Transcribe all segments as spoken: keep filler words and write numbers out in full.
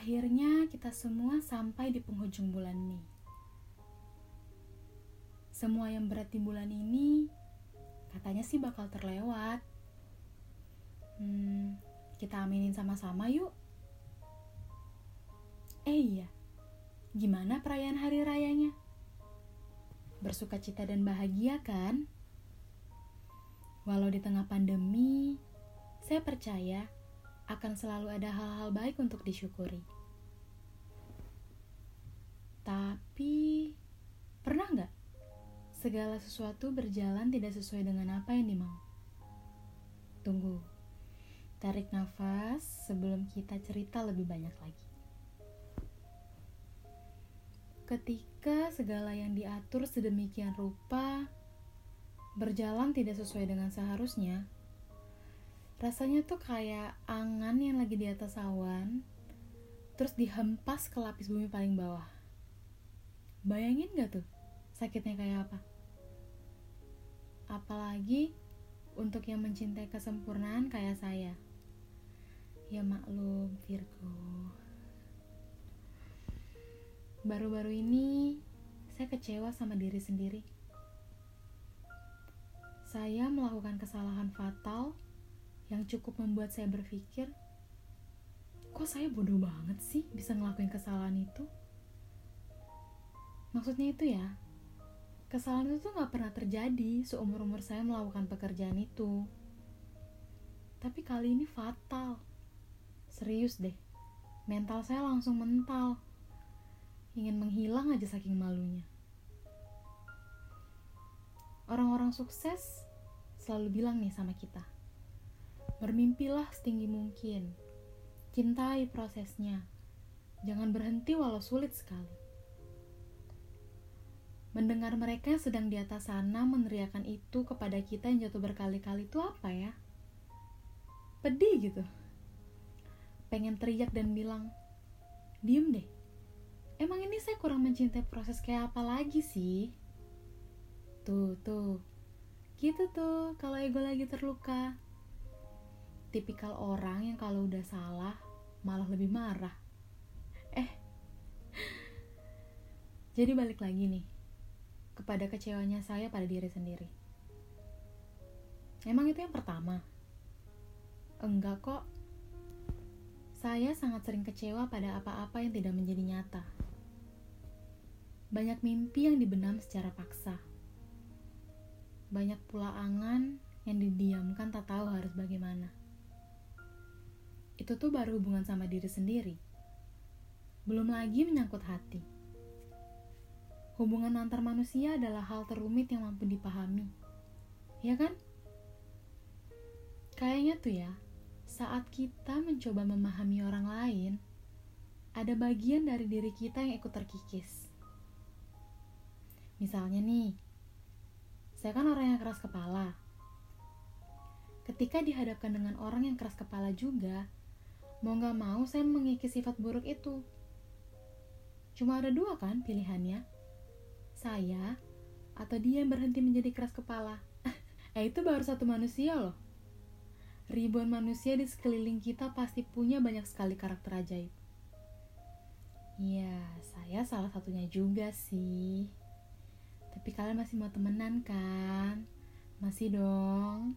Akhirnya kita semua sampai di penghujung bulan ini. Semua yang berat di bulan ini katanya sih bakal terlewat. Hmm, kita aminin sama-sama yuk. Eh iya, gimana perayaan hari rayanya? Bersukacita dan bahagia kan? Walau di tengah pandemi, saya percaya akan selalu ada hal-hal baik untuk disyukuri. Tapi, pernah nggak segala sesuatu berjalan tidak sesuai dengan apa yang dimau? Tunggu, tarik nafas sebelum kita cerita lebih banyak lagi. Ketika segala yang diatur sedemikian rupa berjalan tidak sesuai dengan seharusnya, rasanya tuh kayak angan yang lagi di atas awan, terus dihempas ke lapis bumi paling bawah. Bayangin gak tuh sakitnya kayak apa? Apalagi untuk yang mencintai kesempurnaan kayak saya. Ya maklum, Virgo. Baru-baru ini saya kecewa sama diri sendiri. Saya melakukan kesalahan fatal yang cukup membuat saya berpikir, kok saya bodoh banget sih bisa ngelakuin kesalahan itu? Maksudnya itu ya, kesalahan itu tuh gak pernah terjadi seumur-umur saya melakukan pekerjaan itu. Tapi kali ini fatal. Serius deh, mental saya langsung mental. Ingin menghilang aja saking malunya. Orang-orang sukses selalu bilang nih sama kita, bermimpilah setinggi mungkin. Cintai prosesnya. Jangan berhenti walau sulit sekali. Mendengar mereka yang sedang di atas sana meneriakan itu kepada kita yang jatuh berkali-kali itu apa ya? Pedih gitu. Pengen teriak dan bilang, diem deh. Emang ini saya kurang mencintai proses kayak apa lagi sih? Tuh, tuh. Gitu tuh kalau ego lagi terluka. Tipikal orang yang kalau udah salah malah lebih marah. Eh, jadi balik lagi nih kepada kecewanya saya pada diri sendiri. Emang itu yang pertama? Enggak kok. Saya sangat sering kecewa pada apa-apa yang tidak menjadi nyata. Banyak mimpi yang dibenam secara paksa. Banyak pula angan yang didiamkan tak tahu harus bagaimana. Itu tuh baru hubungan sama diri sendiri. Belum lagi menyangkut hati. Hubungan antar manusia adalah hal terumit yang mampu dipahami. Ya kan? Kayaknya tuh ya, saat kita mencoba memahami orang lain, ada bagian dari diri kita yang ikut terkikis. Misalnya nih, saya kan orang yang keras kepala. Ketika dihadapkan dengan orang yang keras kepala juga, mau gak mau saya mengikis sifat buruk itu. Cuma ada dua kan pilihannya, saya atau dia yang berhenti menjadi keras kepala. Eh itu baru satu manusia loh. Ribuan manusia di sekeliling kita pasti punya banyak sekali karakter ajaib. Ya, saya salah satunya juga sih. Tapi kalian masih mau temenan kan? Masih dong.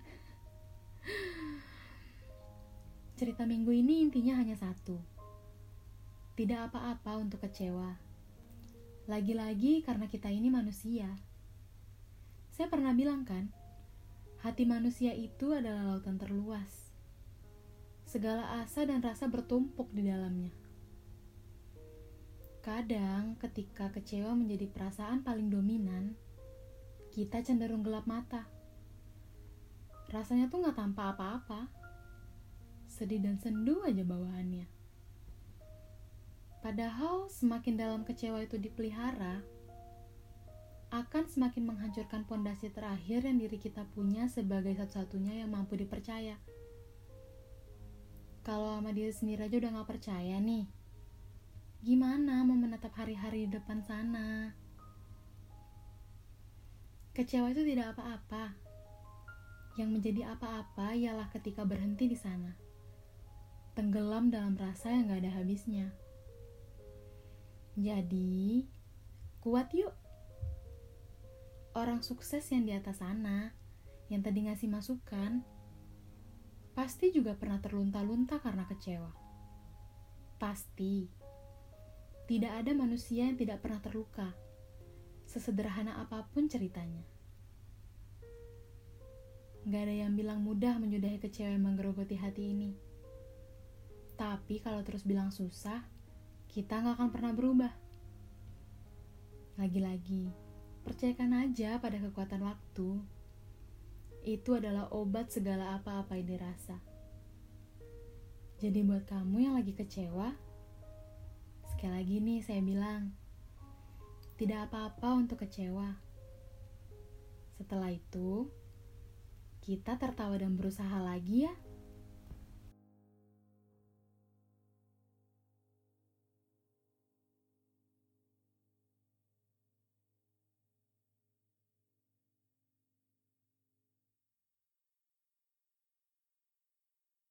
Cerita minggu ini intinya hanya satu. Tidak apa-apa untuk kecewa. Lagi-lagi karena kita ini manusia. Saya pernah bilang kan, hati manusia itu adalah lautan terluas. Segala asa dan rasa bertumpuk di dalamnya. Kadang ketika kecewa menjadi perasaan paling dominan, kita cenderung gelap mata. Rasanya tuh gak tampak apa-apa. Sedih dan sendu aja bawaannya. Padahal semakin dalam kecewa itu dipelihara, akan semakin menghancurkan pondasi terakhir yang diri kita punya sebagai satu-satunya yang mampu dipercaya. Kalau sama diri sendiri aja udah gak percaya nih, gimana mau menatap hari-hari di depan sana? Kecewa itu tidak apa-apa. Yang menjadi apa-apa ialah ketika berhenti di sana, tenggelam dalam rasa yang gak ada habisnya. Jadi, kuat yuk. Orang sukses yang di atas sana, yang tadi ngasih masukan, pasti juga pernah terlunta-lunta karena kecewa. Pasti. Tidak ada manusia yang tidak pernah terluka, sesederhana apapun ceritanya. Gak ada yang bilang mudah menyudahi kecewa yang menggerogoti hati ini. Tapi kalau terus bilang susah, kita gak akan pernah berubah. Lagi-lagi, percayakan aja pada kekuatan waktu. Itu adalah obat segala apa-apa yang dirasa. Jadi buat kamu yang lagi kecewa, sekali lagi nih saya bilang, tidak apa-apa untuk kecewa. Setelah itu, kita tertawa dan berusaha lagi ya.